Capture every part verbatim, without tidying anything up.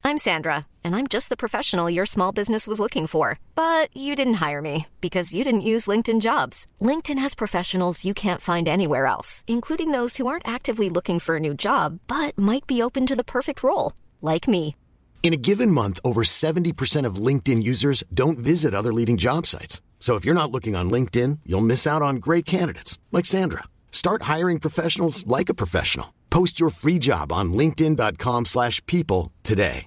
I'm Sandra, and I'm just the professional your small business was looking for. But you didn't hire me because you didn't use LinkedIn Jobs. LinkedIn has professionals you can't find anywhere else, including those who aren't actively looking for a new job, but might be open to the perfect role, like me. In a given month, over seventy percent of LinkedIn users don't visit other leading job sites. So if you're not looking on LinkedIn, you'll miss out on great candidates like Sandra. Start hiring professionals like a professional. Post your free job on linkedin dot com slash people today.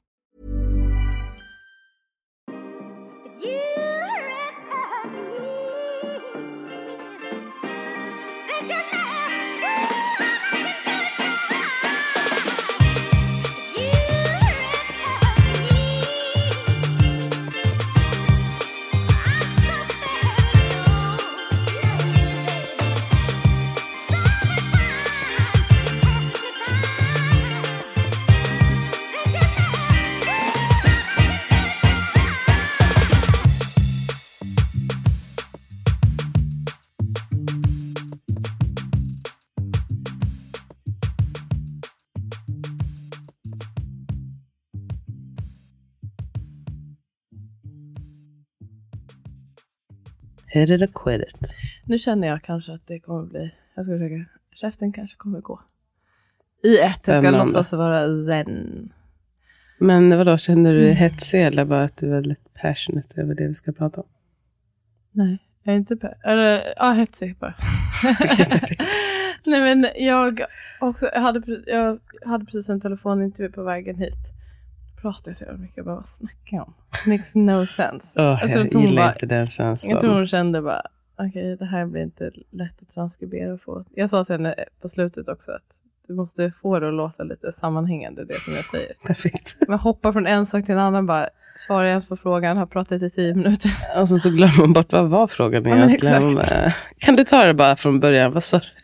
Hit it or quit it. Nu känner jag kanske att det kommer bli... Jag ska försöka... Käften kanske kommer gå. I ett. Jag ska låtsas vara zen. Men vadå, känner du dig hetsig eller bara att du är väldigt passionate över det vi ska prata om? Nej, jag är inte... Pa- eller, ja, hetsig bara. Nej, men jag också... Jag hade, jag hade precis en telefonintervju på vägen hit. Pratar jag så mycket, bara vad snackar jag om? Makes no sense. Oh, jag jag gillar bara, inte den känslan. Jag tror hon kände bara, okej, okay, det här blir inte lätt att transkribera och få. Jag sa till henne på slutet också att du måste få det att låta lite sammanhängande, det som jag säger. Perfekt. Men hoppa från en sak till en annan, bara svarar ens på frågan, har pratat i tio minuter. Och så, så glömmer man bort, vad var frågan ja, egentligen? Kan du ta det bara från början, vad sa du?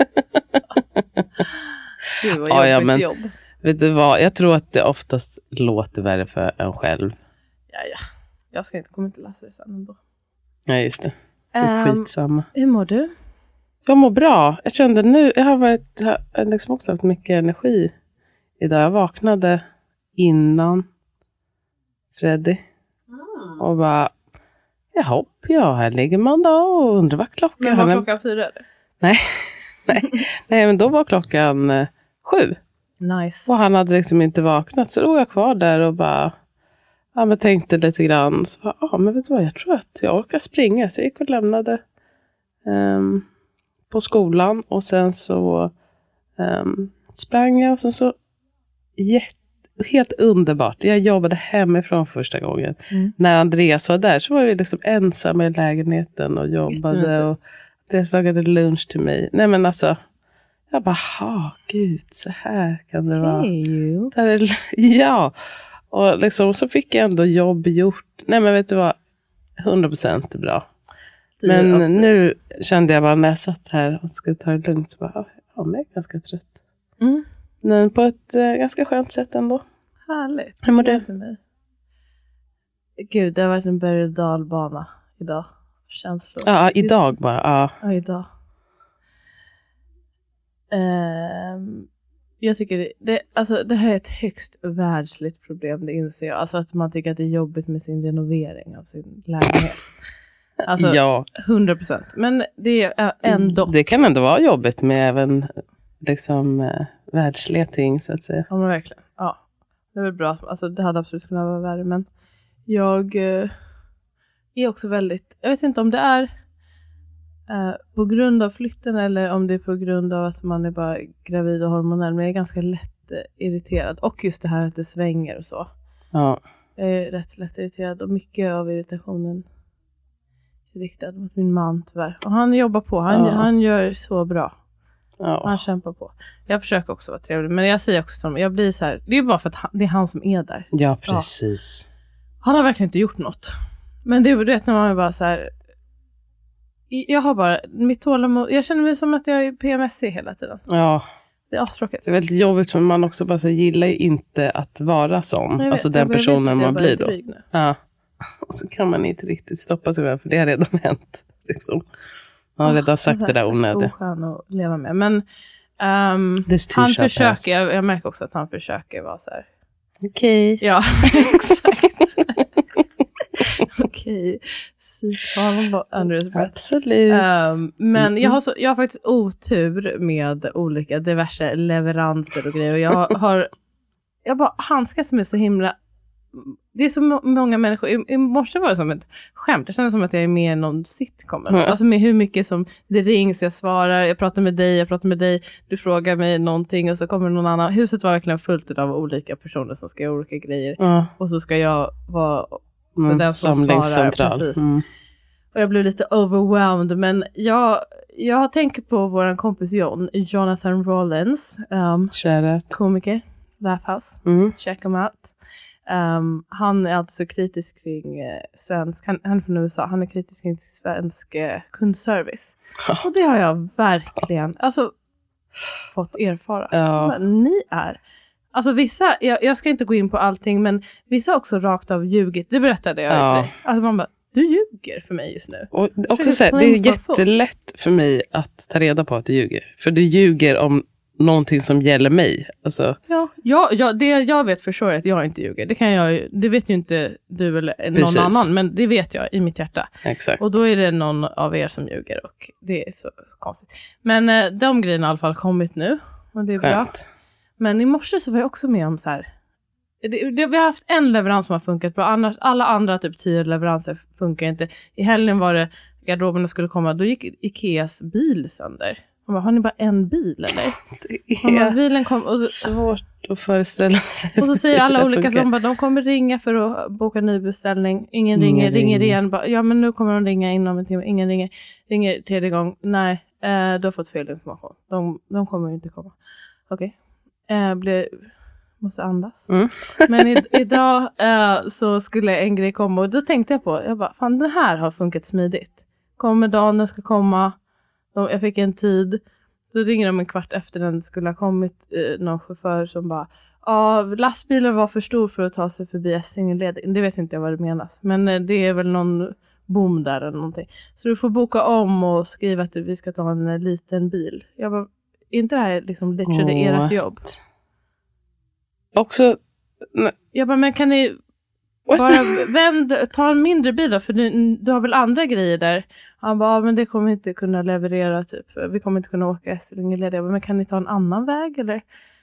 Det var jobbigt ja, men... jobb. Vet du vad, jag tror att det oftast låter värre för en själv. Ja, ja. Jag ska inte, kommer inte läsa det sen ändå. Ja, just det. Det är um, skitsamma. Hur mår du? Jag mår bra. Jag kände nu, jag har varit, jag har liksom också haft mycket energi idag. Jag vaknade innan Freddy. Mm. Och bara, jaha, ja, här ligger man då och undrar vad klockan. Men var klockan fyra eller? Nej, nej, nej, men då var klockan eh, sju. Nice. Och han hade liksom inte vaknat. Så låg jag kvar där och bara ja, men tänkte lite grann. Så bara, ja men vet du vad, jag tror att jag orkar springa. Så jag gick och lämnade um, på skolan. Och sen så um, sprang jag. Och sen så jätte, helt underbart. Jag jobbade hemifrån första gången. Mm. När Andreas var där så var vi liksom ensamma i lägenheten och jobbade. Och Andreas lagade lunch till mig. Nej men alltså... Jag bara, ha gud, så här kan det vara. Hey. Så här, ja, och liksom så fick jag ändå jobb gjort. Nej men vet du vad, hundra procent är bra. Men är nu kände jag bara när jag satt här och skulle ta det lugnt så bara, ja, men jag är ganska trött. Mm. Men på ett eh, ganska skönt sätt ändå. Härligt. Hur mår du? Gud, det har varit en berg- och dalbana idag. Känslor. Ja, idag bara. Ja, ja idag. Um, jag tycker det, det, alltså, det här är ett högst världsligt problem, det inser jag. Alltså att man tycker att det är jobbigt med sin renovering av sin lägenhet. Alltså ja. hundra procent. Men det är ändå... Det kan ändå vara jobbigt med även liksom eh, världsliga ting så att säga. Ja men verkligen. Ja, det är väl bra. Alltså det hade absolut kunnat vara värre. Men jag eh, är också väldigt... Jag vet inte om det är... Uh, på grund av flytten eller om det är på grund av att man är bara gravid och hormonell, men jag är ganska lätt uh, irriterad och just det här att det svänger och så. Ja. Jag är rätt lätt irriterad och mycket av irritationen är riktad mot min man tyvärr. Och han jobbar på, han, ja. han gör så bra. Ja. Han kämpar på. Jag försöker också vara trevlig, men jag säger också till honom, jag blir så här, det är bara för att han, det är han som är där. Ja, precis. Ja. Han har verkligen inte gjort något. Men det är rätt när man är bara så här. Jag har bara mitt tålamod. Jag känner mig som att jag är P M S hela tiden. Ja. Det är astråkigt. Det är väldigt jobbigt för man också bara så gillar ju inte att vara sån. Vet, alltså den personen man blir då. Nu. Ja. Och så kan man inte riktigt stoppa sig för det har redan hänt. Liksom. Man har oh, redan sagt det, det där onödiga. Oskön att leva med. Men um, han försöker, jag, jag märker också att han försöker vara så här. Okej. Okay. Ja, exakt. Okej. Absolut. Um, men jag har, så, jag har faktiskt otur med olika diverse leveranser och grejer. Och jag har, jag bara handskas med så himla. Det är så må- många människor. I, I morse var det som ett skämt. Det kändes som att jag är med i någon sitcom. Mm. Alltså med hur mycket som det rings, jag svarar, jag pratar med dig, jag pratar med dig. Du frågar mig någonting och så kommer någon annan. Huset var verkligen fullt av olika personer som ska göra olika grejer. Mm. Och så ska jag vara mm, den som svarar. Precis. Mm. Och jag blev lite overwhelmed. Men jag, jag tänker på våran kompis John, Jonathan Rollins. Um, komiker, Laugh House. Mm. Check him out. Um, han är alltid så kritisk kring eh, svensk, han, han är från U S A, han är kritisk kring svensk eh, kundservice. Och det har jag verkligen alltså, fått erfara. Ja. Men ni är, alltså vissa, jag, jag ska inte gå in på allting, men vissa också rakt av ljugit, det berättade jag ja. för dig. Alltså man bara, du ljuger för mig just nu. Och också så här, det är jättelätt för mig att ta reda på att du ljuger. För du ljuger om någonting som gäller mig. Alltså. Ja, ja, ja, det jag vet för sure är att jag inte ljuger. Det, kan jag, det vet ju inte du eller Precis. någon annan. Men det vet jag i mitt hjärta. Exakt. Och då är det någon av er som ljuger. Och det är så konstigt. Men eh, de grejerna har i alla fall kommit nu. Och det är Skönt. bra. Men i morse så var jag också med om så här. Det, det, vi har haft en leverans som har funkat bra. Annars, alla andra typ tio leveranser funkar inte. I helgen var det garderoberna skulle komma. Då gick Ikeas bil sönder. Man bara, har ni bara en bil eller? Det är bara, bilen kom och, svårt att föreställa sig. Och så säger alla olika som bara, de kommer ringa för att boka ny beställning. Ingen, Ingen ringer, ringer igen. Bara, ja men nu kommer de ringa inom en timme. Ingen ringer, ringer tredje gång. Nej, eh, du har fått fel information. De, de kommer inte komma. Okej. Okay. Eh, blir... Måste andas. Mm. Men i, idag eh, så skulle en grej komma. Och då tänkte jag på, jag bara, fan den här har funkat smidigt. Kommer dagen, den ska komma. De, jag fick en tid. Då ringer de en kvart efter den skulle ha kommit. Eh, någon chaufför som bara, ja lastbilen var för stor för att ta sig förbi Essingeleden. Det vet inte jag vad det menas. Men eh, det är väl någon bom där eller någonting. Så du får boka om och skriva att vi ska ta en eh, liten bil. Jag bara, är inte det här liksom literally oh, ert jobb? Också nej. Jag bara, men kan ni What? bara vänd, ta en mindre bil då, för du, du har väl andra grejer där. Han bara, men det kommer inte kunna leverera typ, vi kommer inte kunna åka Essingeleden. Jag bara, men kan ni ta en annan väg eller?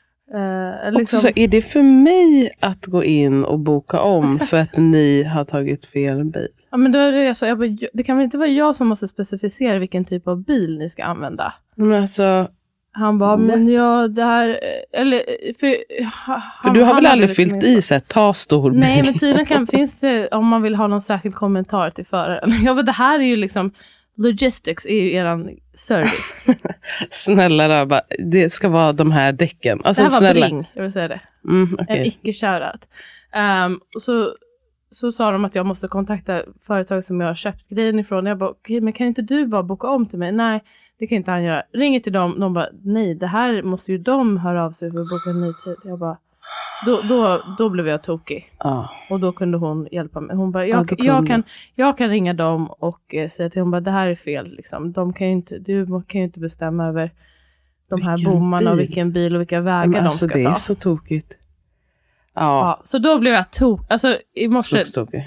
Uh, liksom... Också så är det för mig att gå in och boka om Exakt. För att ni har tagit fel bil? Ja men då är det så, jag bara, det kan väl inte vara jag som måste specificera vilken typ av bil ni ska använda? Men alltså... Han bara, men ja, det här... Eller, för han, för du har väl aldrig liksom fyllt i sig, ta stor bil. Nej, men tydligen kan, finns det, om man vill ha någon särskild kommentar till föraren. Ja, men det här är ju liksom, logistics är ju eran service. Snälla då, bara, det ska vara de här däcken. Alltså, det här var snälla. bring, jag vill säga det. Mm, okay. En icke-shoutout. Um, och så, så sa de att jag måste kontakta företag som jag har köpt grejen ifrån. Jag bara, okej, okay, men kan inte du bara boka om till mig? Nej. Det kan inte han göra. Ringer till dem. De bara, nej, det här måste ju de höra av sig för att boka en ny tid. Jag bara, då, då, då blev jag tokig. Ah. Och då kunde hon hjälpa mig. Hon bara, jag, ah, jag, kan, jag kan ringa dem och eh, säga till hon bara, det här är fel. Liksom. De kan ju inte, du kan ju inte bestämma över de vilken här bommarna bil? Och vilken bil och vilka vägar de alltså, ska det ta. Det är så tokigt. Ja. ja. Så då blev jag tokig. Alltså i morse,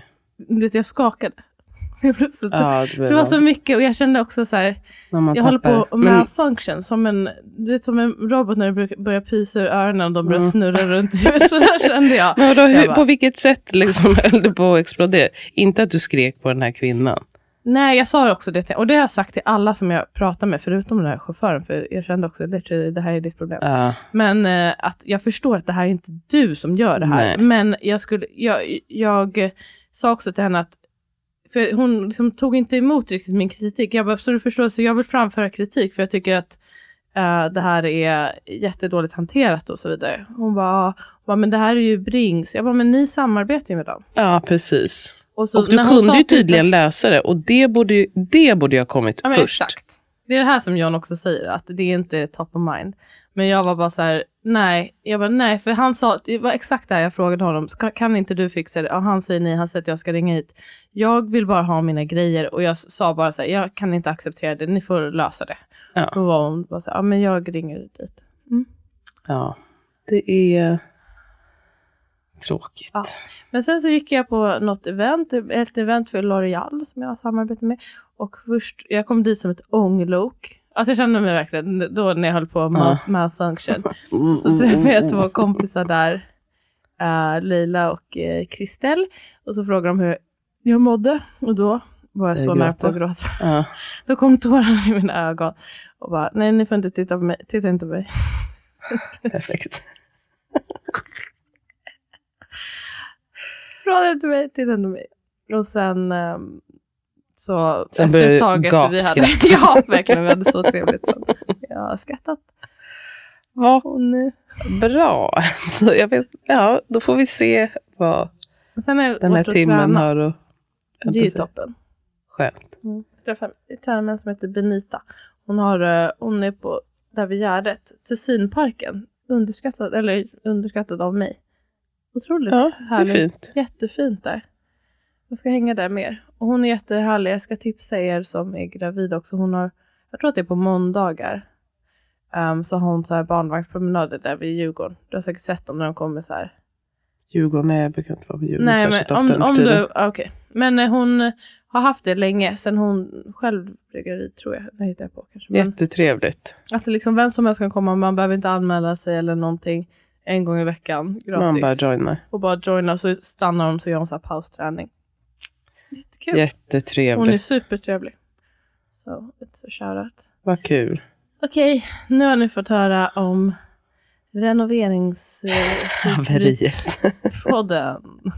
jag skakade. Jag blev så ja, det, det var så mycket och jag kände också så här, jag tappar. håller på med function som en, du vet, som en robot när det börjar pysa ur öronen och de börjar mm. snurra runt i huvudet. Så där kände jag. Men då, jag hur, bara, på vilket sätt liksom höll du på att explodera? Inte att du skrek på den här kvinnan. Nej, jag sa också det. Och det har jag sagt till alla som jag pratar med, förutom den här chauffören. För jag kände också att det här är ditt problem. Uh. Men eh, att jag förstår att det här är inte du som gör det här. Nej. Men jag skulle, jag, jag sa också till henne att för hon liksom tog inte emot riktigt min kritik. Jag bara, så du förstår, så jag vill framföra kritik. För jag tycker att uh, det här är jättedåligt hanterat och så vidare. Hon bara, bara, men det här är ju Brings. Jag bara, men ni samarbetar ju med dem. Ja, precis. Och, så, och du när kunde ju tydligen det, lösa det. Och det borde ju, det borde ju ha kommit ja, först. Exakt. Det är det här som John också säger. Att det är inte top of mind. Men jag var bara så här, nej. Jag bara, nej. För han sa, det var exakt det här jag frågade honom. Ska, kan inte du fixa det? Ja, han säger nej. Han säger att jag ska ringa hit. Jag vill bara ha mina grejer. Och jag sa bara så här, jag kan inte acceptera det. Ni får lösa det. Ja. Då var hon bara så här, ja men jag ringer dit. Mm. Ja, det är... Tråkigt. Ja. Men sen så gick jag på något event, ett event för L'Oreal som jag har samarbete med. Och först, jag kom dit som ett ånglok. Alltså jag kände mig verkligen, då när jag höll på med Ja. malfunction. Så träffade jag två kompisar där, uh, Leila och uh, Kristel. Och så frågade de hur jag mådde. Och då var jag, jag så nära på att gråta. Ja. Då kom tårarna i mina ögon. Och bara, nej ni får inte titta på mig, titta inte på mig. Perfekt. Fråga inte mig, titta inte på mig. Och sen um, så sen efter ett tag efter vi hade ja, verkligen, vi hade så trevligt. Jag har skrattat. Vad nu? Bra. Jag vet, ja, då får vi se vad sen är den här timmen har. Och, det är ju toppen. Skönt. Mm. Jag träffade en som heter Benita. Hon, har, hon är på där vid Gärdet, Tessinparken. Underskattad, eller underskattad av mig. Otroligt ja, härligt. Det är fint. Jättefint där. Jag ska hänga där mer. Och hon är jättehärlig. Jag ska tipsa er som är gravid också. Hon har, jag tror att det är på måndagar. Um, så har hon så här barnvagnspromenader där vid Djurgården. Du har säkert sett dem när de kommer så här. Djurgården är bekant vara på Djurgården. Nej, men om, om du, okej. Okay. Men eh, hon har haft det länge. Sen hon själv blev gravid, tror jag. Det hittar jag på kanske. Men, jättetrevligt. alltså liksom vem som helst kan komma. Man behöver inte anmäla sig eller någonting. En gång i veckan. Gratis. Man bara joinar. Och bara joinar, så stannar de så gör de så här pausträning. Jättekul. Jättetrevligt. Hon är supertrevlig. Så, it's a shoutout. Vad kul. Okej, okay, nu har ni fått höra om renoverings... haveriet. Podden.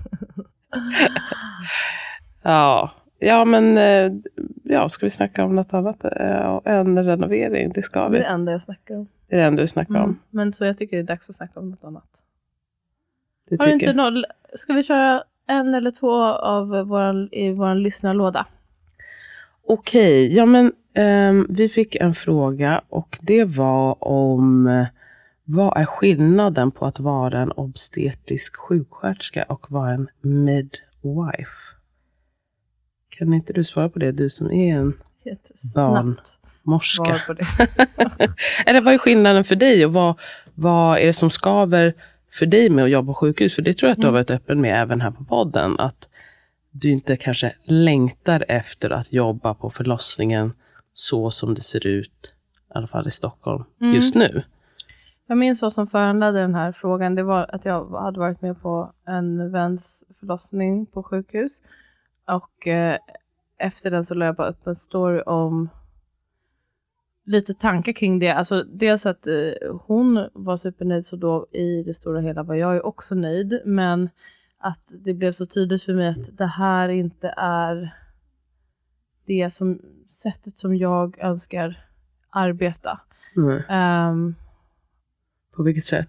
ja. Ja, men ja, ska vi snacka om något annat än renovering? Det ska vi. Det är det enda jag snackar om. Det är det enda du snackar mm. om. Men så jag tycker det är dags att snacka om något annat. Det har du inte någon, ska vi köra en eller två av våran, i vår lyssnarlåda? Okej, okay, ja men um, vi fick en fråga och det var om uh, vad är skillnaden på att vara en obstetrisk sjuksköterska och vara en midwife? Kan inte du svara på det, du som är en barnmorska? På det. Eller vad är skillnaden för dig och vad, vad är det som skaver för dig med att jobba på sjukhus? För det tror jag att du har varit öppen med även här på podden. Att du inte kanske längtar efter att jobba på förlossningen så som det ser ut, i alla fall i Stockholm, mm. just nu. Jag minns vad som föranledde den här frågan. Det var att jag hade varit med på en väns förlossning på sjukhus. Och eh, efter den så la jag bara upp en story om lite tankar kring det. Alltså dels att eh, hon var supernöjd, så då i det stora hela var jag ju också nöjd. Men att det blev så tydligt för mig att det här inte är det som, sättet som jag önskar arbeta. Mm. Um, på vilket sätt?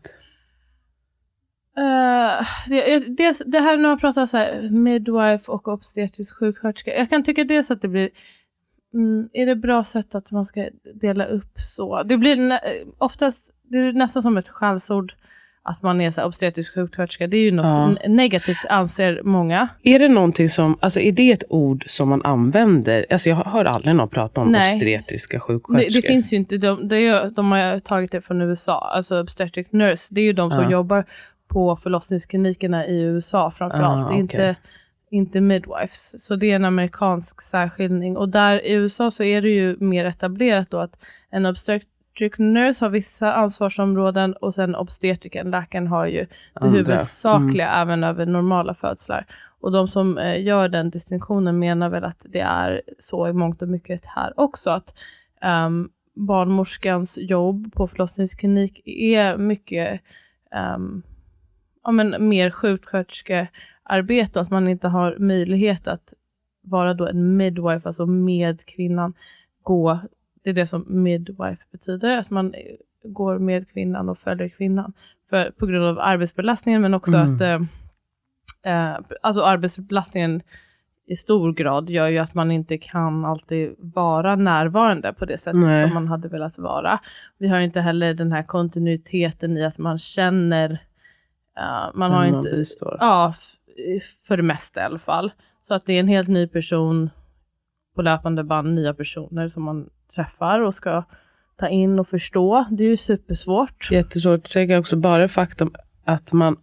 Uh, det, det, det här när man pratar så här midwife och obstetrisk sjuksköterska. Jag kan tycka dels att det blir mm, är det bra sätt att man ska dela upp så. Det blir nä, oftast det är nästan som ett skällsord att man är så här obstetrisk sjuksköterska. Det är ju något ja. negativt anser många. Är det någonting som, alltså är det ett ord som man använder? Alltså jag hör aldrig någon prata om Nej. obstetriska sjuksköterskor. Det, det finns ju inte, de, det är, de har tagit det från U S A. Alltså obstetric nurse, det är ju de som ja. jobbar på förlossningsklinikerna i U S A framförallt. Ah, det är okay. inte, inte midwives. Så det är en amerikansk särskiljning. Och där i U S A så är det ju mer etablerat då att en obstetric nurse har vissa ansvarsområden och sen obstetriken, läkaren, har ju det Andra. huvudsakliga mm. även över normala födslar. Och de som eh, gör den distinktionen menar väl att det är så i mångt och mycket här också. Att um, barnmorskans jobb på förlossningsklinik är mycket um, ja, men mer sjuksköterskearbete, och att man inte har möjlighet att vara då en midwife, alltså med kvinnan gå. Det är det som midwife betyder, att man går med kvinnan och följer kvinnan. För, på grund av arbetsbelastningen, men också mm. att eh, eh, alltså arbetsbelastningen i stor grad gör ju att man inte kan alltid vara närvarande på det sättet Nej. som man hade velat vara. Vi har inte heller den här kontinuiteten i att man känner uh, man har inte bistår. Ja, för det mesta i alla fall. Så att det är en helt ny person på löpande band, nya personer som man träffar och ska ta in och förstå. Det är ju supersvårt. Jättesvårt. Säkert också bara faktum att man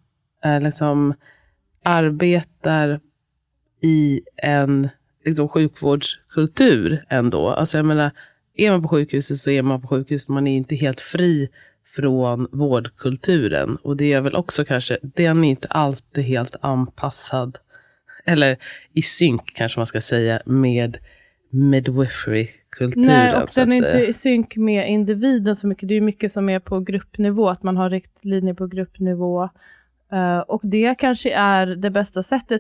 eh, liksom arbetar i en liksom, sjukvårdskultur ändå. Alltså jag menar, är man på sjukhuset så är man på sjukhuset. Man är inte helt fri från vårdkulturen. Och det är väl också kanske, den är inte alltid helt anpassad. Eller i synk kanske man ska säga med midwifery-kulturen. Nej, och så den att är säga. inte i synk med individen så mycket. Det är mycket som är på gruppnivå. Att man har riktlinjer på gruppnivå. Uh, och det kanske är det bästa sättet.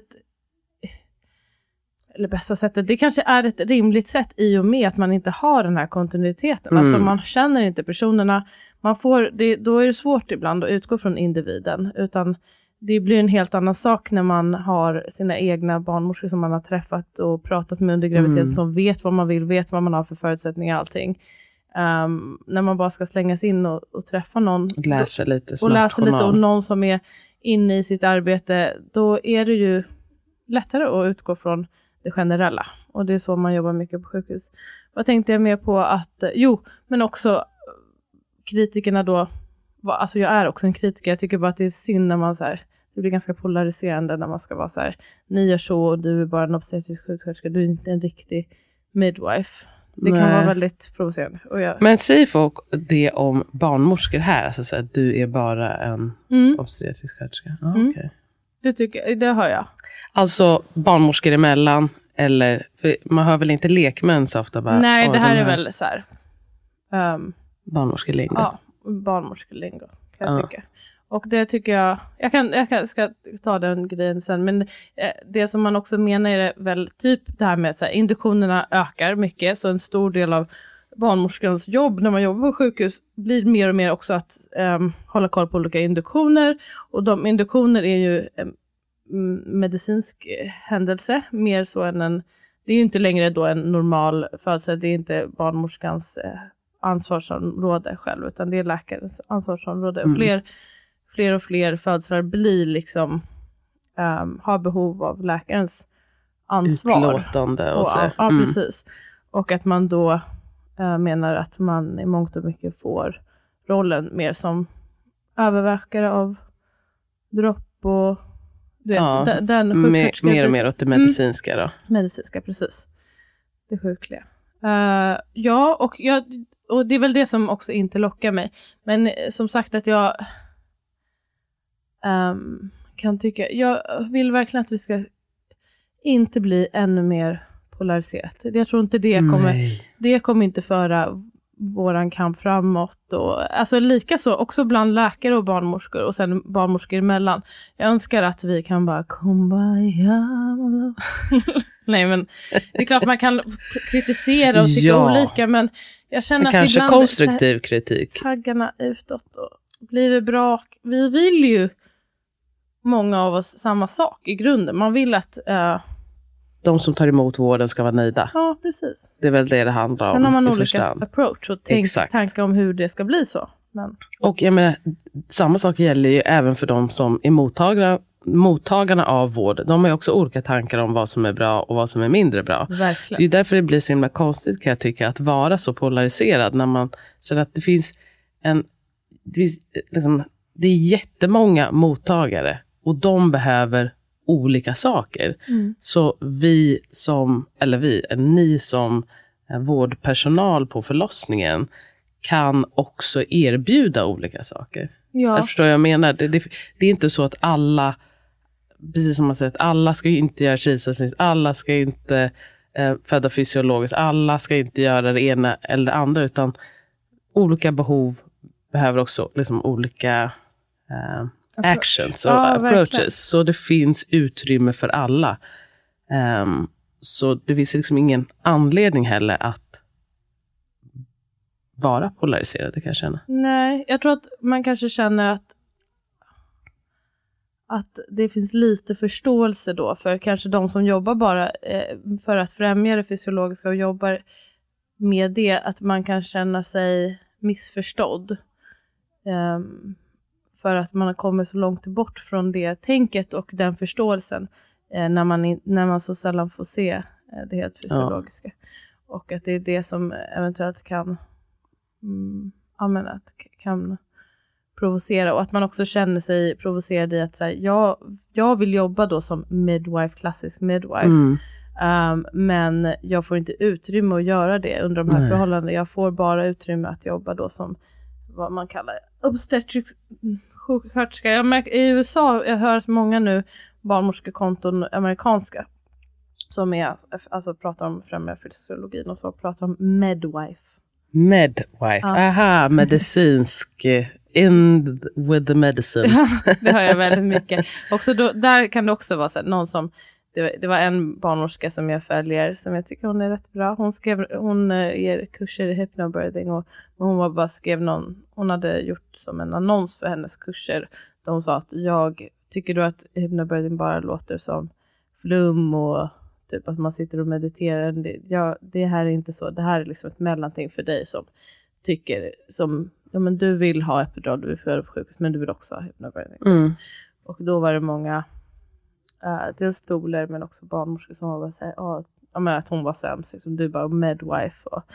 Eller bästa sättet. Det kanske är ett rimligt sätt i och med att man inte har den här kontinuiteten. Mm. Alltså man känner inte personerna. Man får, det, då är det svårt ibland att utgå från individen. Utan det blir en helt annan sak när man har sina egna barnmorskor som man har träffat och pratat med under graviditeten. Mm. Som vet vad man vill, vet vad man har för förutsättningar och allting. Um, när man bara ska slängas in och, och träffa någon. Och läsa lite Och läsa lite och någon som är inne i sitt arbete. Då är det ju lättare att utgå från det generella. Och det är så man jobbar mycket på sjukhus. Vad tänkte jag mer på att, jo, men också kritikerna då, alltså jag är också en kritiker. Jag tycker bara att det är synd när man så här, det blir ganska polariserande när man ska vara så här, ni gör så och du är bara en obstetrisk sjuksköterska, du är inte en riktig midwife. Det kan Nej. vara väldigt provocerande. Och jag... Men säger folk det om barnmorskor här? Alltså så att du är bara en mm. obstetrisk sköterska? Ah, mm. okay. Det tycker jag, det hör jag. Alltså barnmorskor emellan, eller, för man hör väl inte lekmän så ofta bara. Nej, det här, här är väl så här. Um, barnmorskelingo. Ja, barnmorskelingo kan jag ja. tycka. Och det tycker jag, jag, kan, jag kan, ska ta den grejen sen, men eh, det som man också menar är väl typ det här med att så här, induktionerna ökar mycket, så en stor del av barnmorskans jobb när man jobbar på sjukhus blir mer och mer också att um, hålla koll på olika induktioner, och de induktioner är ju en medicinsk händelse, mer så än en, det är ju inte längre då en normal födsel, det är inte barnmorskans eh, ansvarsområde själv, utan det är läkarens ansvarsområde. Mm. Och fler, fler och fler födslar blir liksom um, har behov av läkarens ansvar. Utlåtande och så. Och, ja, mm. precis. Och att man då uh, menar att man i mångt och mycket får rollen mer som övervakare av dropp och du vet, ja, den, den mer, mer och mer åt det medicinska mm, då. Medicinska, precis. Det sjukliga. Uh, ja, och, jag, och det är väl det som också inte lockar mig. Men som sagt att jag um, kan tycka, jag vill verkligen att vi ska inte bli ännu mer polariserat. Jag tror inte det kommer, det kommer inte föra våran kamp framåt. Och, alltså lika så, också bland läkare och barnmorskor och sen barnmorskor emellan. Jag önskar att vi kan bara kumbaya. Nej, men det är klart man kan kritisera och tycka ja. olika, men jag känner men att kanske ibland konstruktiv kritik. Taggarna utåt och blir det bra. Vi vill ju många av oss samma sak i grunden. Man vill att uh, de som tar emot vården ska vara nöjda. Ja, precis. Det är väl det det handlar om. Sen har man olika approach och tänk, tankar om hur det ska bli så. Men... Och jag menar, samma sak gäller ju även för de som är mottagare, mottagarna av vård. De har ju också olika tankar om vad som är bra och vad som är mindre bra. Verkligen. Det är ju därför det blir så himla konstigt, kan jag tycka, att vara så polariserad. När man känner att det finns en... Det, finns, liksom, det är jättemånga mottagare och de behöver olika saker. Mm. Så vi som, eller vi, ni som vårdpersonal på förlossningen kan också erbjuda olika saker. Ja. Jag förstår vad jag menar. Det, det, det är inte så att alla, precis som man säger, alla ska ju inte göra kejsarsnitt, alla ska inte eh, föda fysiologiskt, alla ska inte göra det ena eller det andra, utan olika behov behöver också liksom olika eh, actions och ja, approaches. Verkligen. Så det finns utrymme för alla. Um, så det finns liksom ingen anledning heller att vara polariserad, det kan jag känna. Nej, jag tror att man kanske känner att att det finns lite förståelse då för kanske de som jobbar bara eh, för att främja det fysiologiska och jobbar med det, att man kan känna sig missförstådd. Um, för att man har kommit så långt bort från det tänket och den förståelsen eh, när, man in, när man så sällan får se eh, det helt fysiologiska. Ja. Och att det är det som eventuellt kan mm, använda, kan provocera och att man också känner sig provocerad i att så här, jag, jag vill jobba då som midwife, klassisk midwife. Mm. Um, men jag får inte utrymme att göra det under de här Nej. förhållandena. Jag får bara utrymme att jobba då som vad man kallar obstetrics sjuksköterska. Jag märker, i U S A, jag hör att många nu barnmorskekonton amerikanska som är, alltså pratar om främja fysiologin och så pratar om midwife. Midwife, ja. Aha, medicinsk, in with the medicine. Ja, det har jag väldigt mycket. Också då, där kan det också vara så här, någon som, det, det var en barnmorska som jag följer som jag tycker hon är rätt bra. Hon skrev, hon uh, ger kurser i hypnobirthing och, och hon var bara skrev någon, hon hade gjort som en annons för hennes kurser. Där hon sa att jag tycker då att hypnobirthing bara låter som flum och typ att man sitter och mediterar. Det, ja, det här är inte så. Det här är liksom ett mellanting för dig som tycker som, ja men du vill ha epidural, du vill föda på sjukhus men du vill också ha hypnobirthing. Mm. Och då var det många uh, dels stolar men också barnmorskor som var så här, oh, jag menar att hon var sämst liksom, du bara midwife och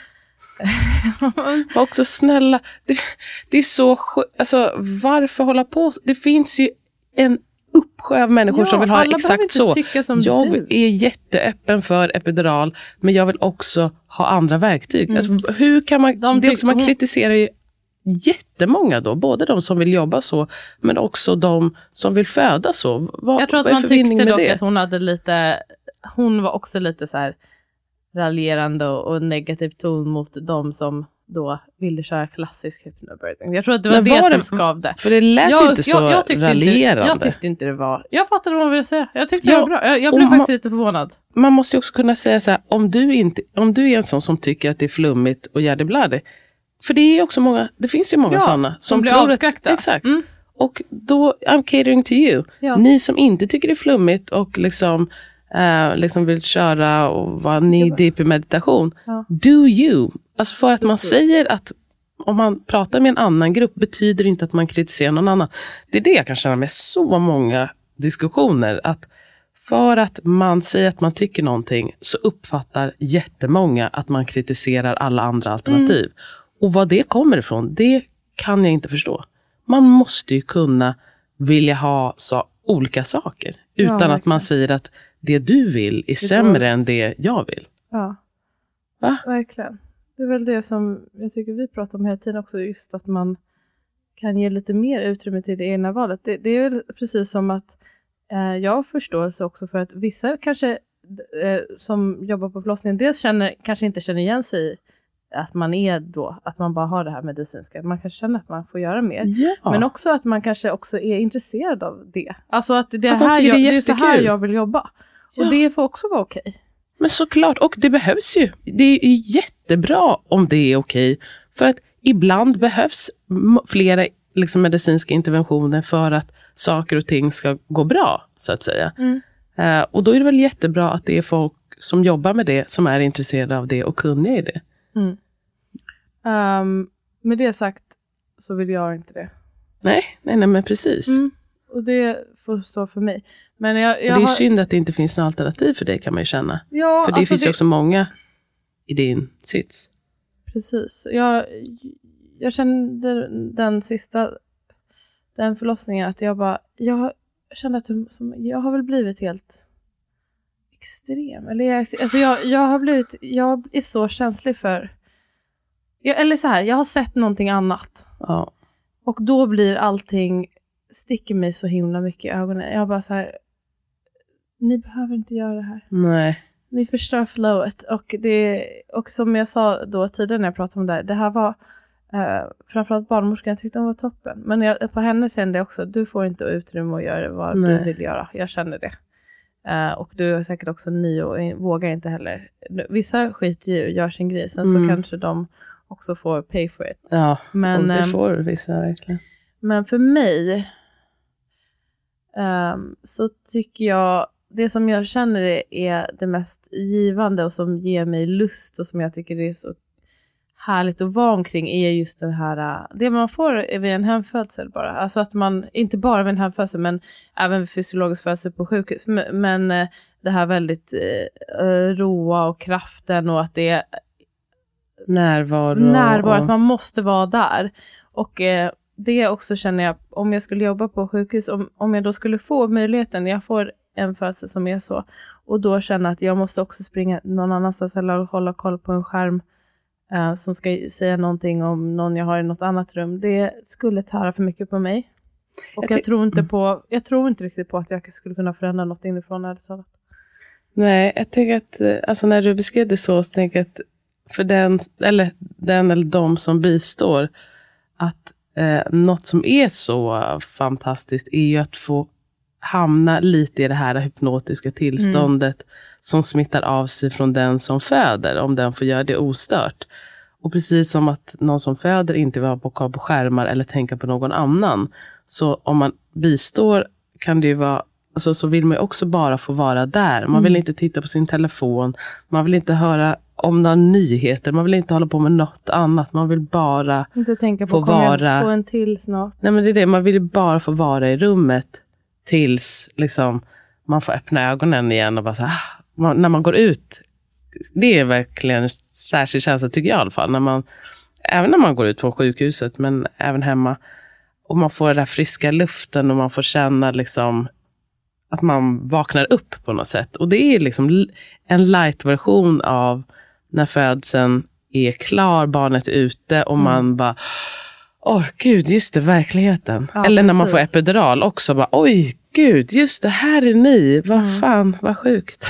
också snälla det, det är så sj- alltså varför hålla på, det finns ju en uppsjö av människor ja, som vill ha exakt så. Jag du. är jätteöppen för epidural men jag vill också ha andra verktyg. Mm. Alltså, hur kan man, de det också, man kritiserar ju jättemånga då, både de som vill jobba så men också de som vill föda så. Vad, jag tror att man tyckte dock det? Att hon hade lite, hon var också lite så här raljerande och, och negativ ton mot de som då ville köra klassisk hypnobirthing. Jag tror att det var men det var som det, skavde. För det lät jag, inte så jag, jag tyckte raljerande. Inte, jag tyckte inte det var. Jag fattade vad man ville säga. Jag tyckte ja, det var bra. Jag, jag blev faktiskt man, lite förvånad. Man måste ju också kunna säga så här, om du inte om du är en sån som tycker att det är flummigt och järdebladig. För det är också många, det finns ju många ja, sådana som, som blir avskräckta. Exakt. Mm. Och då I'm catering to you. Ja. Ni som inte tycker det är flummigt och liksom Uh, liksom vill köra och vara knee deep i meditation. Ja. Do you. Alltså för att Precis. Man säger att om man pratar med en annan grupp betyder inte att man kritiserar någon annan. Det är det jag kan känna med så många diskussioner. Att för att man säger att man tycker någonting så uppfattar jättemånga att man kritiserar alla andra alternativ. Mm. Och vad det kommer ifrån, det kan jag inte förstå. Man måste ju kunna vilja ha så, olika saker. Utan ja, att man säger att det du vill är det sämre än det jag vill. Ja, Va? Verkligen. Det är väl det som jag tycker vi pratar om hela tiden också. Just att man kan ge lite mer utrymme till det egna valet. Det, det är väl precis som att eh, jag förstår så också för att vissa kanske eh, som jobbar på förlossningen dels känner, kanske inte känner igen sig i att man är då, att man bara har det här medicinska. Man kanske känner att man får göra mer. Ja. Men också att man kanske också är intresserad av det. Alltså att det, att här jag, det, är det är så här jag vill jobba. Ja. Och det får också vara okej. Men såklart, och det behövs ju. Det är jättebra om det är okej. För att ibland behövs m- flera liksom, medicinska interventioner för att saker och ting ska gå bra, så att säga. Mm. Uh, och då är det väl jättebra att det är folk som jobbar med det, som är intresserade av det och kunniga i det. Mm. Um, med det sagt så vill jag inte det. Nej, nej, nej men precis. Mm. Och det får stå för mig. Men jag, jag det är har... synd att det inte finns något alternativ för det, kan man ju känna. Ja, för det alltså finns det... ju också många i din sits. Precis. Jag, jag kände den sista den förlossningen att jag bara jag kände att som, jag har väl blivit helt extrem. Eller jag, alltså jag, jag har blivit jag är så känslig för jag, eller så här, jag har sett någonting annat. Ja. Och då blir allting sticker mig så himla mycket i ögonen. Jag bara så här, ni behöver inte göra det här. Nej. Ni förstör flowet. Och, det, och som jag sa då tidigare när jag pratade om det här. Det här var uh, framförallt barnmorskan. Jag tyckte hon var toppen. Men jag, på henne kände jag också. Du får inte utrymme att göra vad Nej. Du vill göra. Jag känner det. Uh, och du är säkert också ny och vågar inte heller. Vissa skiter ju och gör sin grej. Sen mm. så kanske de också får pay for it. Ja, men, och det um, får vissa verkligen. Men för mig um, så tycker jag det som jag känner är det mest givande och som ger mig lust och som jag tycker är så härligt att vara omkring är just den här, det man får vid en hemfödsel bara. Alltså att man, inte bara vid en hemfödsel men även vid fysiologisk födsel på sjukhus. Men det här väldigt uh, roa och kraften och att det är närvaro. Närvaro, och... att man måste vara där. Och uh, det också känner jag, om jag skulle jobba på sjukhus, om, om jag då skulle få möjligheten, jag får en födsel som är så, och då känna att jag måste också springa någon annanstans eller hålla koll på en skärm uh, som ska säga någonting om någon jag har i något annat rum, det skulle tära för mycket på mig. Och jag, jag tror inte på, jag tror inte riktigt på att jag skulle kunna förändra något inifrån eller så. Nej, jag tänker att, alltså när du beskrev det så, så tänker jag att för den eller, den eller de som bistår, att eh, något som är så fantastiskt är ju att få hamna lite i det här hypnotiska tillståndet mm. som smittar av sig från den som föder, om den får göra det ostört. Och precis som att någon som föder inte vill ha på koll på skärmar eller tänka på någon annan, så om man bistår kan det ju vara, alltså, så vill man ju också bara få vara där. Man vill mm. inte titta på sin telefon, man vill inte höra om några nyheter, man vill inte hålla på med något annat, man vill bara inte tänka på få vara, få en till snart. Nej, men det är det, man vill bara få vara i rummet tills liksom man får öppna ögonen igen och bara så här, man, när man går ut, det är verkligen en särskild känsla tycker jag i alla fall, när man, även när man går ut från sjukhuset men även hemma, och man får den där friska luften och man får känna liksom att man vaknar upp på något sätt. Och det är liksom en light-version av när födseln är klar, barnet är ute och mm. man bara, åh gud, just det, verkligheten. Ja, eller när precis. Man får epidural också, bara, oj gud, just det, här är ni, vad mm. fan, vad sjukt.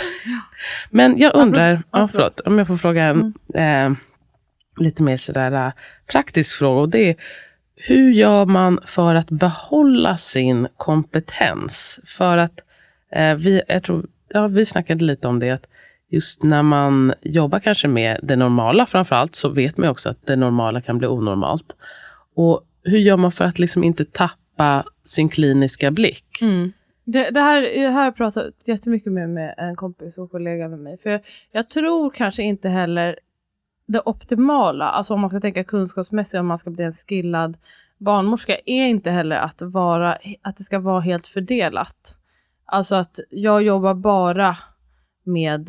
Men jag undrar, ja, ja, förlåt, om jag får fråga en mm. eh, lite mer sådär äh, praktisk fråga, och det är, hur gör man för att behålla sin kompetens? För att eh, vi, jag tror, ja, vi snackade lite om det, att just när man jobbar kanske med det normala framförallt, så vet man också att det normala kan bli onormalt. Och hur gör man för att liksom inte tappa sin kliniska blick? Mm. Det, det här, det här har jag pratat jättemycket med, med en kompis och kollega med mig. För jag, jag tror kanske inte heller det optimala, alltså om man ska tänka kunskapsmässigt, om man ska bli en skillad barnmorska, är inte heller att, vara, att det ska vara helt fördelat. Alltså att jag jobbar bara med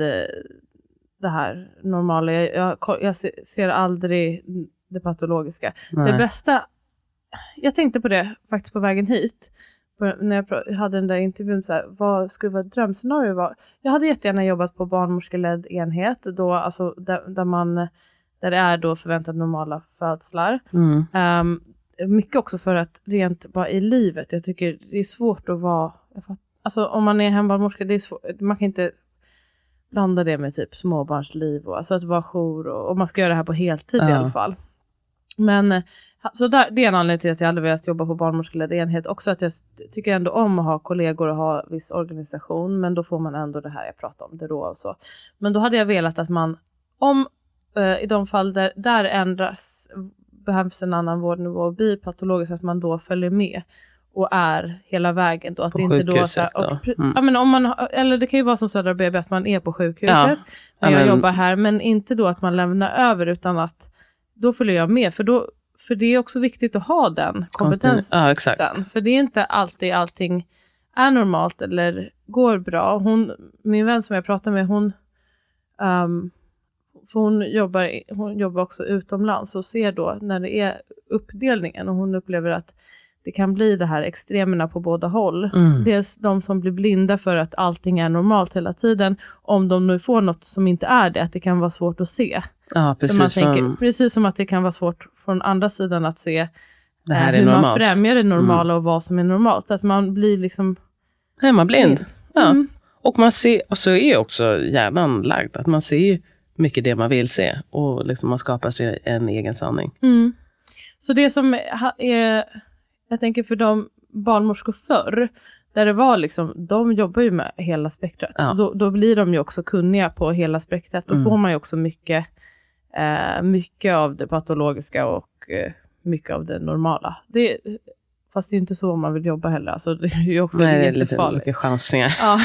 det här normala. Jag, jag, jag ser aldrig det patologiska. Nej. Det bästa, jag tänkte på det faktiskt på vägen hit. När jag hade den där intervjun, så här, vad skulle vara ett drömscenario var. Jag hade jättegärna jobbat på barnmorskeledd enhet. Då, alltså, där, där, man, där det är då förväntat normala födslar. Mm. Um, mycket också för att rent bara i livet. Jag tycker det är svårt att vara. Alltså om man är hembarnmorska, det är svårt, man kan inte blanda det med typ småbarnsliv. Och, alltså att vara jour och, och man ska göra det här på heltid ja. I alla fall. Men så där, det är en anledning till att jag aldrig velat jobba på barnmorskeledd enhet. Också att jag tycker ändå om att ha kollegor och ha viss organisation. Men då får man ändå det här jag pratar om, det då och så. Men då hade jag velat att man, om eh, i de fall där, där ändras, behövs en annan vårdnivå och blir patologiskt, att man då följer med och är hela vägen då, att på det inte då, så här, och, mm. ja, men om man, eller det kan ju vara som Södra B B att man är på sjukhuset ja. När jag men, jobbar här, men inte då att man lämnar över, utan att då följer jag med, för då, för det är också viktigt att ha den kompetensen. Ja, exakt. För det är inte alltid allting är normalt eller går bra. Hon, min vän som jag pratar med, hon um, för hon jobbar, hon jobbar också utomlands och ser då när det är uppdelningen, och hon upplever att det kan bli det här extremerna på båda håll. Mm. Dels de som blir blinda för att allting är normalt hela tiden. Om de nu får något som inte är det, att det kan vara svårt att se. Ja, precis. Man tänker, från... precis som att det kan vara svårt från andra sidan att se det här eh, är hur normalt. Man främjar det normala mm. och vad som är normalt. Att man blir liksom hemmablind. blind. Ja. Mm. Och man ser, och så är också hjärnan lagd. Att man ser ju mycket det man vill se. Och liksom man skapar sig en egen sanning. Mm. Så det som är... Jag tänker för de barnmorskor förr, där det var liksom, de jobbar ju med hela spektrat. Ja. Då, då blir de ju också kunniga på hela spektrat. Då mm. får man ju också mycket, eh, mycket av det patologiska och eh, mycket av det normala. Det, fast det är inte så man vill jobba heller. Alltså, det är ju också Nej, det är lite mycket chansningar. Ja.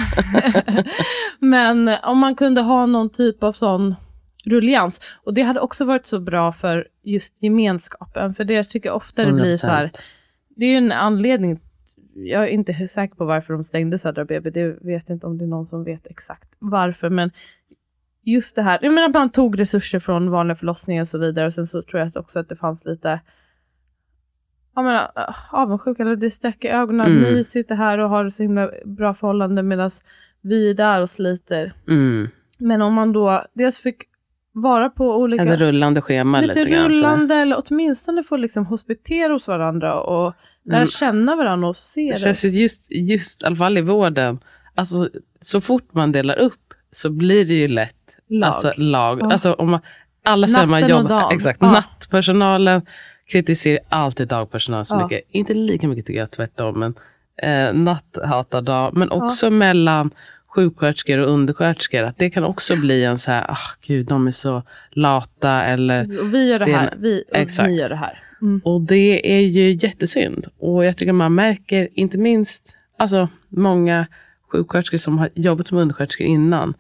Men om man kunde ha någon typ av sån rullians. Och det hade också varit så bra för just gemenskapen. För det tycker jag ofta det blir så här. Det är ju en anledning, jag är inte säker på varför de stängde Södra B B, det vet inte om det är någon som vet exakt varför, men just det här, jag menar man tog resurser från vanliga förlossningar och så vidare, och sen så tror jag också att det fanns lite, jag menar, avundsjuk eller det stäcker ögonen. Mm. Ni sitter här och har så himla bra förhållande medan vi är där och sliter. Mm. Men om man då dels fick vara på olika... Eller rullande schema lite lite grann. rullande eller åtminstone få liksom hospitera hos varandra och lära Mm. känna varandra och se Det det. känns ju just, just i alla fall i vården. Alltså så fort man delar upp så blir det ju lätt. Lag. Alltså lag. Ja. Alltså om man, alla säger man Natten och jobbar. dagen. Exakt. Ja. Nattpersonalen kritiserar alltid dagpersonal så Ja. mycket. Inte lika mycket tycker jag tvärtom. Men eh, natt hatar dag. Men också mellan sjuksköterskor och undersköterskor. Att det kan också bli en så här. Ah, gud, de är så lata. Eller, Och vi gör det, det är här. en- Vi, och exakt. ni gör det här. Mm. och det är ju jättesynd. Och jag tycker man märker inte minst. Alltså många sjuksköterskor som har jobbat som undersköterskor innan.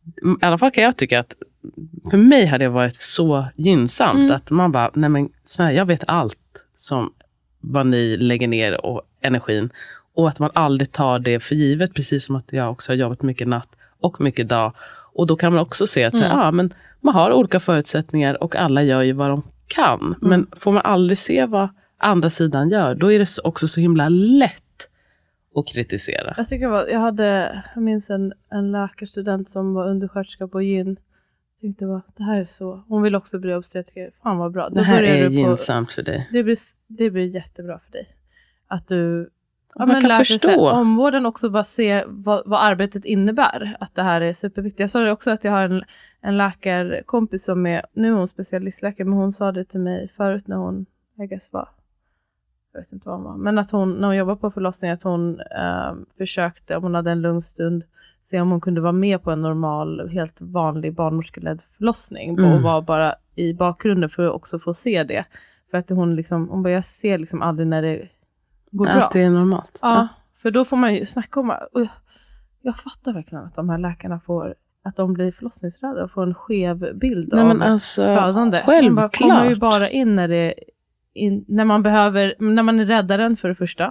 I alla fall kan jag tycka att för mig har det varit så gynnsamt Mm. att man bara, nej men så här, jag vet allt som vad ni lägger ner och energin och att man aldrig tar det för givet, precis som att jag också har jobbat mycket natt och mycket dag. Och då kan man också se att så här, Mm. ah, men man har olika förutsättningar och alla gör ju vad de kan. Mm. Men får man aldrig se vad andra sidan gör, då är det så- också så himla lätt att kritisera. Jag tycker vad, jag hade, jag minns en, en läkarstudent som var undersköterska på gyn. Jag tänkte bara, det här är så. Hon vill också bli obstetriker. Fan vad bra. Då Det här börjar är du på- gynnsamt för dig. Det blir, det blir jättebra för dig. Att du Man kan lär dig förstå. så här, omvården också bara se vad, vad arbetet innebär. Att det här är superviktigt. Jag sa det också att jag har en, en läkarkompis som är, nu är hon specialistläkare, men hon sa det till mig förut när hon, jag guess var, jag vet inte vad hon var. Men att hon, när hon jobbade på förlossning, att hon eh, försökte, om hon hade en lugn stund, se om hon kunde vara med på en normal, helt vanlig barnmorskeledd förlossning. Mm. Och vara bara i bakgrunden för att också få se det. För att hon liksom, hon bara, jag ser liksom aldrig när det går bra. Att det är normalt. Ja, för då får man ju snacka om, och jag, jag fattar verkligen att de här läkarna får, att de blir förlossningsrädda och får en skev bild Nej, av men alltså, födande. Man bara kommer ju självklart. bara in när det in, när man behöver, när man är räddaren för det första.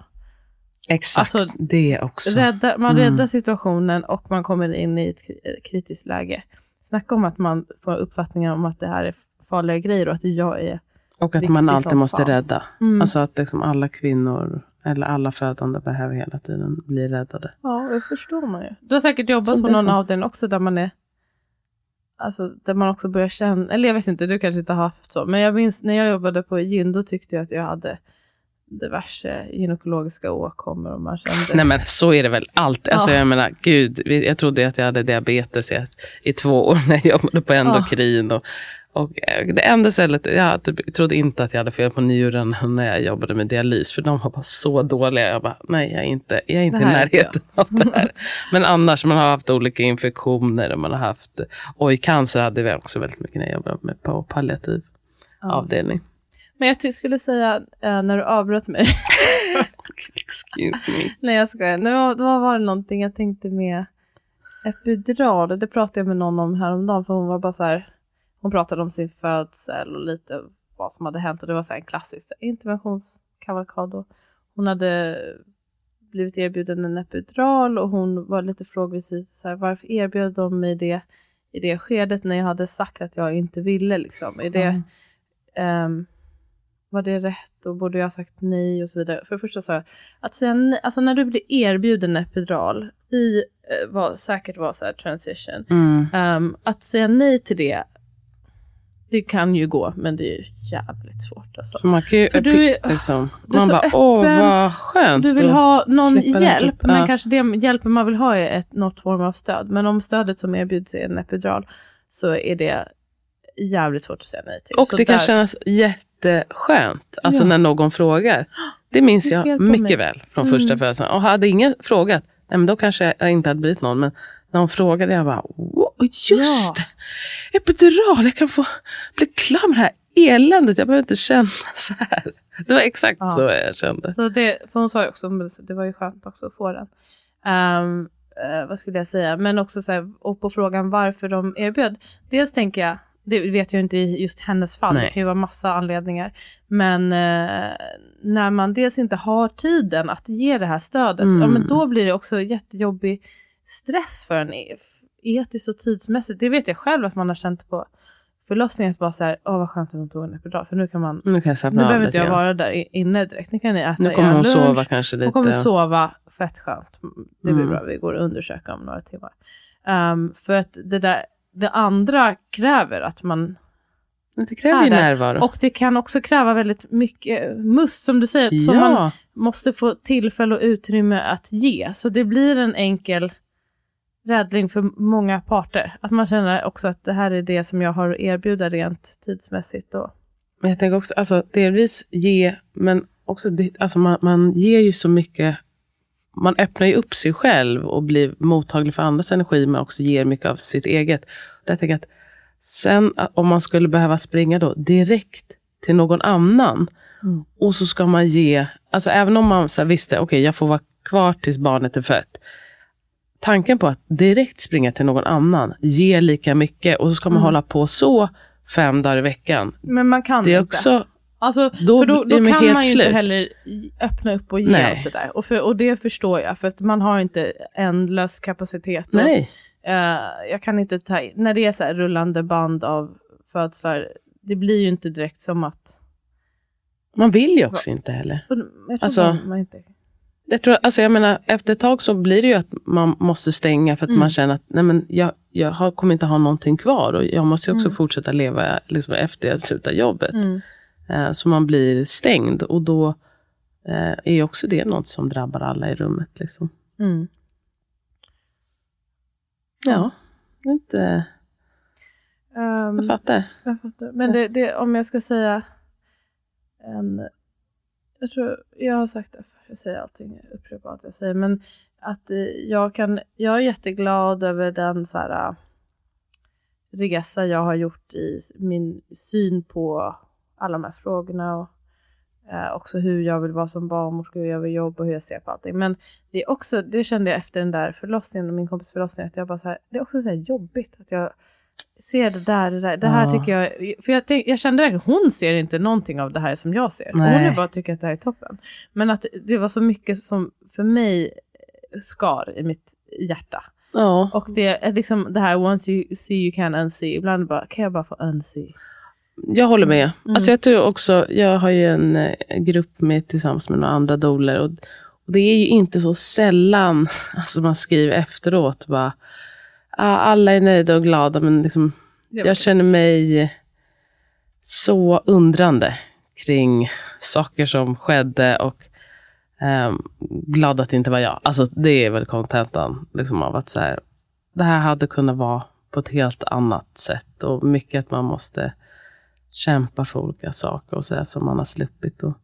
Exakt, Alltså, det också. Rädda, man Mm. räddar situationen och man kommer in i ett kri- kritiskt läge. Snacka om att man får uppfattningar om att det här är farliga grejer och att jag är Och att viktig man alltid som måste fan. rädda. Mm. Alltså att liksom alla kvinnor eller alla födande behöver hela tiden bli räddade. Ja, det förstår man ju. Du har säkert jobbat Som på det är någon så. avdelning också där man är, alltså där man också börjar känna, eller jag vet inte, du kanske inte har haft så, men jag minns när jag jobbade på gyn, då tyckte jag att jag hade diverse gynekologiska åkommor och man kände... Nej men så är det väl alltid. Alltså Ja. jag menar, gud, vi- jag trodde att jag hade diabetes i, i två år när jag jobbade på endokrin. Och, och det enda stället, jag typ, trodde inte att jag hade fel på njuren när jag jobbade med dialys. För de var bara så dåliga. Jag bara, nej jag är inte, jag är inte i Det här är närheten av det här. Men annars, man har haft olika infektioner och man har haft, och i cancer hade vi också väldigt mycket när jag jobbade med på palliativ Ja. avdelning. Men jag ty- skulle säga, äh, när du avbröt mig, Excuse me. nej jag skojar, nu var- då var det någonting jag tänkte med epidural, det pratade jag med någon om häromdagen, för hon var bara så här, hon pratade om sin födsel och lite vad som hade hänt, och det var så här en klassisk interventionskavalkad då. Hon hade blivit erbjuden en epidural och hon var lite frågvis så här, varför erbjöd de mig det i det skedet när jag hade sagt att jag inte ville liksom, är det Mm. ehm, var det rätt och borde jag ha sagt nej och så vidare. För det första så här, att säga nej, alltså när du blir erbjuden epidural i eh, vad säkert var så här transition, Mm. ehm, att säga nej till det, det kan ju gå, men det är ju jävligt svårt alltså. För man kan ju, För du är- liksom, du är man så bara, åh öppen. vad skönt. Du vill att ha någon slippa den hjälp, typen. men Ja. kanske det hjälpen man vill ha är ett, något form av stöd. Men om stödet som erbjuds är en epidural, så är det jävligt svårt att säga nej till. Och så det kan där- kännas jätteskönt. Alltså Ja. när någon frågar. Det minns Det jag hjälper mycket mig. väl från Mm. första födelsen. Och hade ingen frågat, nej, men då kanske jag inte hade blivit någon. Men när hon frågade, jag bara, wow, just Ja. det. Epidural, jag kan få bli klar med det här eländet. Jag behöver inte känna så här. Det var exakt Ja. så jag kände. Så det, för hon sa ju också, men det var ju skönt också att få den. Um, uh, vad skulle jag säga? Men också så här, och på frågan varför de erbjöd. Dels tänker jag, det vet jag inte i just hennes fall, Nej. det kan ju vara massa anledningar. Men uh, när man dels inte har tiden att ge det här stödet, Mm. ja, men då blir det också jättejobbig stress för en e- etiskt och tidsmässigt. Det vet jag själv att man har känt på förlossningen att bara så här, åh vad skönt att hon tog en epidural. För nu kan man, Nu kan jag nu behöver inte jag vara där inne direkt. Nu kan ni äta Nu kommer hon lunch, sova kanske lite. Hon kommer sova fett skönt. Det blir Mm. bra, vi går och undersöka om några timmar. Um, för att det där, det andra kräver att man Det kräver ju där. närvaro. Och det kan också kräva väldigt mycket must som du säger. ja. Som man måste få tillfälle och utrymme att ge. Så det blir en enkel räddning för många parter. Att man känner också att det här är det som jag har att erbjuda rent tidsmässigt. Då. Men jag tänker också, alltså delvis ge, men också, det, alltså man, man ger ju så mycket, man öppnar ju upp sig själv och blir mottaglig för andras energi, men också ger mycket av sitt eget. Jag tänker att sen om man skulle behöva springa då direkt till någon annan Mm. och så ska man ge, alltså även om man så här visste, okej okay, jag får vara kvar tills barnet är fött. Tanken på att direkt springa till någon annan ger lika mycket och så ska man Mm. hålla på så fem dagar i veckan. Men man kan Det är inte. också, Alltså, då för då, blir då man kan helt man ju slut. inte heller öppna upp och ge Nej. allt det där. Och, för, och det förstår jag. För att man har inte ändlös kapacitet. Och, nej. eh, jag kan inte ta in, när det är så här rullande band av födslar. Det blir ju inte direkt som att. Man vill ju också inte heller. Jag tror Alltså, man, man inte. Jag tror, alltså jag menar, efter ett tag så blir det ju att man måste stänga för att Mm. man känner att nej men jag, jag har, kommer inte ha någonting kvar och jag måste ju också Mm. fortsätta leva liksom, efter jag slutar jobbet. Mm. Eh, så man blir stängd och då eh, är ju också det något som drabbar alla i rummet. Liksom. Mm. Ja, inte, Um, jag fattar. Jag fattar. Men det, det, om jag ska säga en, jag tror, jag har sagt det för jag säger allting, jag upprepar allt jag säger, men att eh, jag kan, jag är jätteglad över den så här uh, resa jag har gjort i min syn på alla de här frågorna och uh, också hur jag vill vara som barnmorska, hur jag vill jobba och hur jag ser på allting. Men det är också, det kände jag efter den där förlossningen och min kompis förlossning, att jag bara så här, det är också så här jobbigt att jag ser det där, det där. Det här Ja. tycker jag, för jag, tänk, jag kände verkligen, hon ser inte någonting av det här som jag ser. Nej. Hon är bara tycker att det här är toppen. Men att det var så mycket som för mig skar i mitt hjärta. Ja. Och det är liksom det här, once you see you can unsee. Ibland bara, kan jag bara få unsee? Jag håller med. Mm. Alltså jag tror också, jag har ju en eh, grupp med tillsammans med några andra doler och, och det är ju inte så sällan, alltså man skriver efteråt bara, ah, alla är nöjda och glada men liksom, jag känner mig så undrande kring saker som skedde och um, glad att det inte var jag. Alltså det är väl kontentan liksom av att så här, det här hade kunnat vara på ett helt annat sätt och mycket att man måste kämpa för olika saker och så här, som man har sluppit. Och,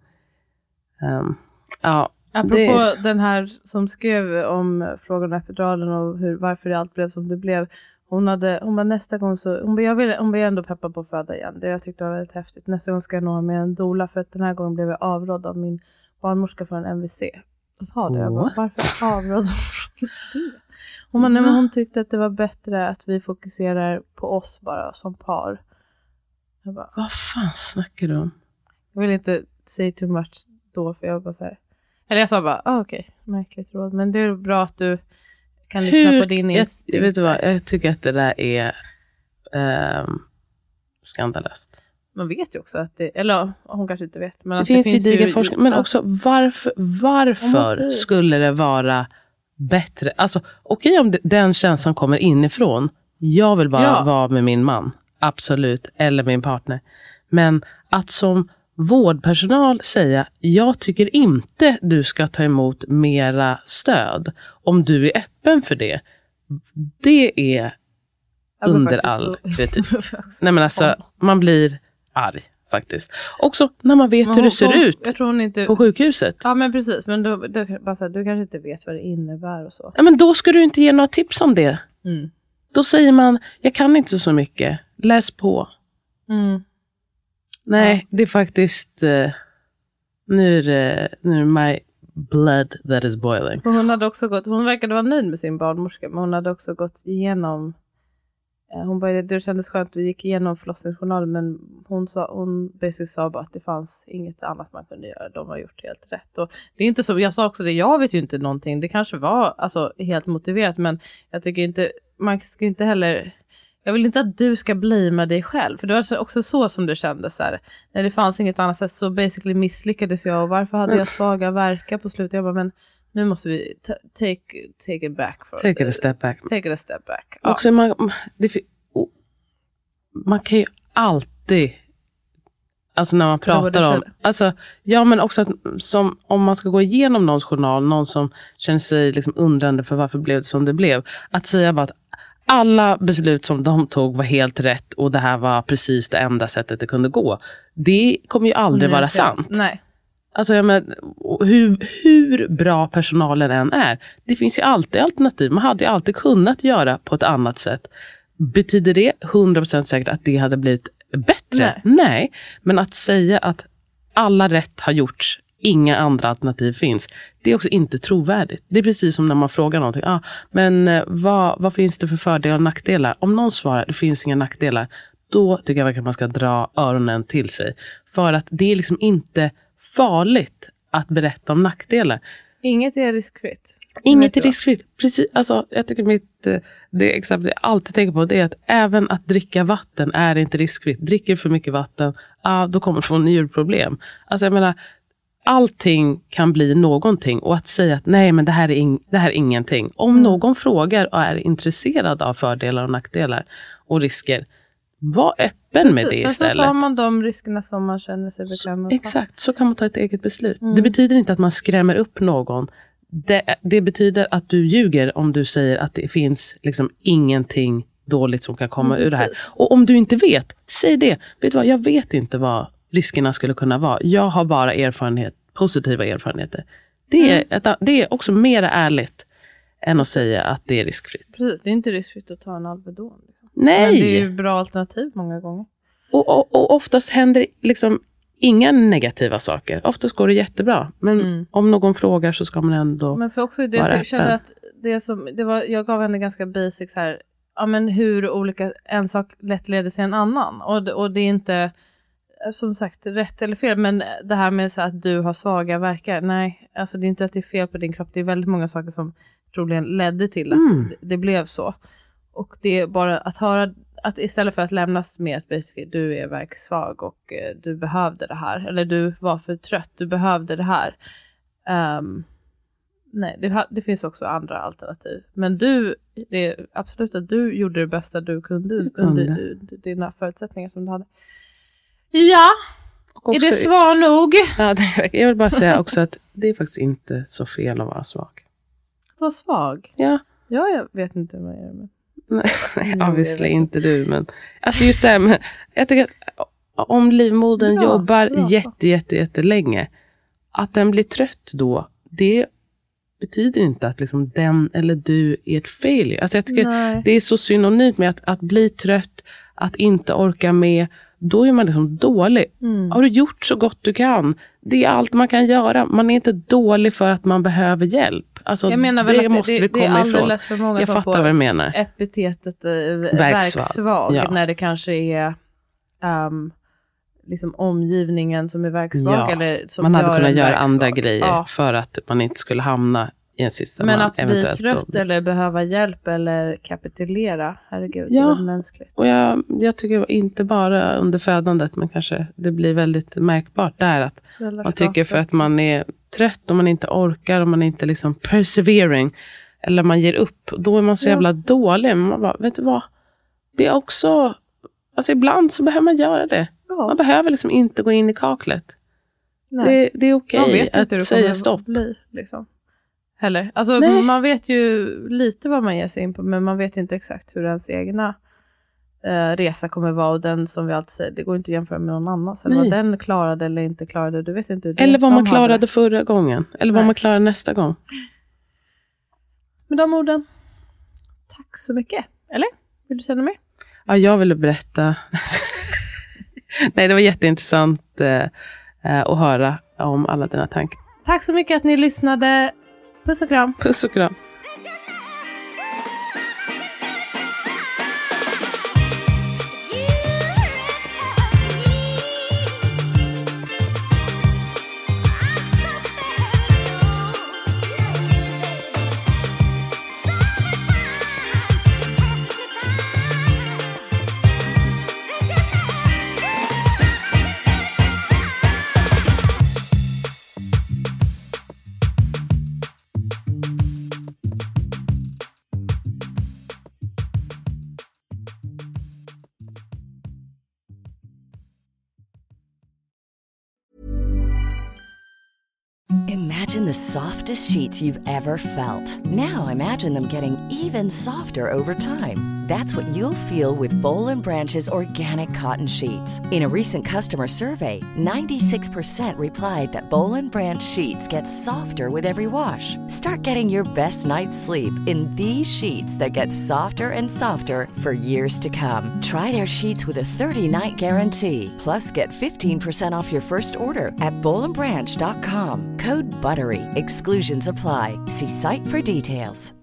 um, ja, Apropå det, den här som skrev om frågan om epiduralen och hur, varför det allt blev som det blev. Hon hade, hon var nästa gång så, hon var, jag ville, hon var ändå peppad på att föda igen. Det jag tyckte var väldigt häftigt. Nästa gång ska jag nog ha med en doula för att den här gången blev jag avrådd av min barnmorska från en M V C. Och sa det, jag bara, What? varför avrådd från det? Hon, bara, nej, men hon tyckte att det var bättre att vi fokuserar på oss bara som par. Jag bara, vad fan snackar du om? jag vill inte säga too much då för jag bara så här. Eller jag sa bara, ah, okej, okay, märkligt råd. Men det är bra att du kan lyssna Hur, på din jag, instinkt. jag vet inte vad, jag tycker att det där är um, skandalöst. Man vet ju också att det, eller hon kanske inte vet. Men Det att finns det finns gedigen ju, forskning, men ja. också varför, Om man varför säger- skulle det vara bättre? Alltså okej om det, den känslan kommer inifrån. Jag vill bara Ja. vara med min man. Absolut. Eller min partner. Men att som vårdpersonal säga, jag tycker inte du ska ta emot mera stöd. Om du är öppen för det. Det är Jag var under faktiskt all så- kritik. jag var också- Nej men alltså, man blir arg faktiskt. Också när man vet Men hur hon- det ser hon- ut Jag tror hon inte... på sjukhuset. Ja men precis, men då, då, bara så här, du kanske inte vet vad det innebär och så. Ja, men då ska du inte ge några tips om det. Mm. Då säger man, jag kan inte så mycket. Läs på. Mm. Nej, det är faktiskt... Uh, nu, är det, nu är det my blood that is boiling. Och hon hade också gått, hon verkade vara nöjd med sin barnmorska, men hon hade också gått igenom, eh, hon bara, det kändes skönt att vi gick igenom förlossningsjournalen, men hon sa, hon basically sa bara att det fanns inget annat man kunde göra, de har gjort helt rätt. Och det är inte så, jag sa också det, jag vet ju inte någonting, det kanske var alltså helt motiverat, men jag tycker inte, man ska inte heller, jag vill inte att du ska bli med dig själv. För det var också så som du kände så här. När det fanns inget annat sätt så basically misslyckades jag. Och varför hade jag svaga verkar på slutet? Jag bara, men nu måste vi ta- take, take it back. For Take it a step back. Take it a step back. Ja. Också man, det, man kan ju alltid, alltså när man pratar om, alltså, ja men också att, som, om man ska gå igenom någons journal, någon som känner sig liksom undrande för varför blev det som det blev, att säga bara att alla beslut som de tog var helt rätt och det här var precis det enda sättet det kunde gå. Det kommer ju aldrig vara sant. Nej. Alltså jag men, hur, hur bra personalen än är, det finns ju alltid alternativ. Man hade ju alltid kunnat göra på ett annat sätt. Betyder det hundra procent säkert att det hade blivit bättre? Nej. Nej. Men att säga att alla rätt har gjorts, inga andra alternativ finns, det är också inte trovärdigt. Det är precis som när man frågar någonting. Ah, men vad, vad finns det för fördelar och nackdelar? Om någon svarar, det finns inga nackdelar, då tycker jag verkligen att man ska dra öronen till sig. För att det är liksom inte farligt att berätta om nackdelar. Inget är riskfritt. Inget är riskfritt. Precis, alltså, jag tycker mitt, det exempel jag alltid tänker på, det är att även att dricka vatten är inte riskfritt. Dricker för mycket vatten, ah, då kommer du få njurproblem. Alltså jag menar, allting kan bli någonting. Och att säga att nej, men det här är, in, det här är ingenting. Om mm. någon frågar och är intresserad av fördelar och nackdelar och risker, var öppen Precis, med det istället. Sen så tar man de riskerna som man känner sig bekväm med. Exakt, så kan man ta ett eget beslut. Mm. Det betyder inte att man skrämmer upp någon. Det, det betyder att du ljuger om du säger att det finns liksom ingenting dåligt som kan komma mm, ur det här. Och om du inte vet, säg det. Vet du vad, jag vet inte vad riskerna skulle kunna vara. Jag har bara erfarenhet, positiva erfarenheter. Det är, mm. ett, det är också mer ärligt än att säga att det är riskfritt. Precis, det är inte riskfritt att ta en Alvedon. Liksom. Nej. Men det är ju bra alternativ många gånger. Och, och, och oftast händer liksom inga negativa saker. Oftast går det jättebra. Men mm. om någon frågar så ska man ändå Men för också det vara jag kände att det som, det var, jag gav henne ganska basics här. Ja, men hur olika, en sak lätt leder till en annan. Och, och det är inte, som sagt, rätt eller fel. Men det här med så att du har svaga verkar. Nej, alltså det är inte att det är fel på din kropp. Det är väldigt många saker som troligen ledde till att mm. det, det blev så. Och det är bara att höra, att istället för att lämnas med att basically, du är verksvag och eh, du behövde det här. Eller du var för trött, du behövde det här. Um, nej, det, det finns också andra alternativ. Men du, det är absolut att du gjorde det bästa du kunde under dina förutsättningar som du hade. Ja, också, är det svar nog? Ja, det, jag vill bara säga också att det är faktiskt inte så fel att vara svag. Att vara svag? Ja. Ja, jag vet inte vad jag gör med. Nej, obviously inte du, men alltså just det här med, jag tycker att om livmodern ja, jobbar ja. jätte, jätte, jätte länge, att den blir trött då, det betyder inte att liksom den eller du är ett failure. Alltså jag tycker Nej. det är så synonymt med att, att bli trött, att inte orka med, då är man liksom dålig. Mm. Har du gjort så gott du kan? Det är allt man kan göra. Man är inte dålig för att man behöver hjälp. Alltså, jag menar väl det att måste det, vi komma det är alldeles för många jag som fattar vad du menar. Epitetet eh, verksvag, verksvag ja. när det kanske är um, liksom omgivningen som är verksvag. Ja. Eller som man hade gör kunnat göra verksvag. andra grejer ja. för att man inte skulle hamna i en sista Men man att eventuellt bli trött då. eller behöva hjälp eller kapitulera, herregud, ja. det är mänskligt. Och jag, jag tycker inte bara under födandet, men kanske det blir väldigt märkbart där att man tycker för att man är trött och man inte orkar och man är inte liksom persevering eller man ger upp, då är man så ja. jävla dålig. Man bara, vet du vad? Det är också, alltså ibland så behöver man göra det. Ja. Man behöver liksom inte gå in i kaklet. Det, det är okej okay att säga stopp. Bli, liksom. Heller. Alltså Nej. man vet ju lite vad man ger sig in på, men man vet inte exakt hur ens egna eh, resa kommer vara, och den som vi alltid säger, det går inte att jämföra med någon annan. Eller vad den klarade eller inte klarade, du vet inte hur det eller vad man klarade hade. förra gången, eller Nej. vad man klarar nästa gång. Med de orden, tack så mycket. Eller? Vill du säga något mer? Ja, jag ville berätta. Nej, det var jätteintressant eh, att höra om alla dina tankar. Tack så mycket att ni lyssnade. Puss och kram. Puss och kram. Imagine the softest sheets you've ever felt. Now imagine them getting even softer over time. That's what you'll feel with Boll and Branch's organic cotton sheets. In a recent customer survey, ninety-six percent replied that Boll and Branch sheets get softer with every wash. Start getting your best night's sleep in these sheets that get softer and softer for years to come. Try their sheets with a thirty-night guarantee. Plus, get fifteen percent off your first order at boll and branch dot com. Code BUTTERY. Exclusions apply. See site for details.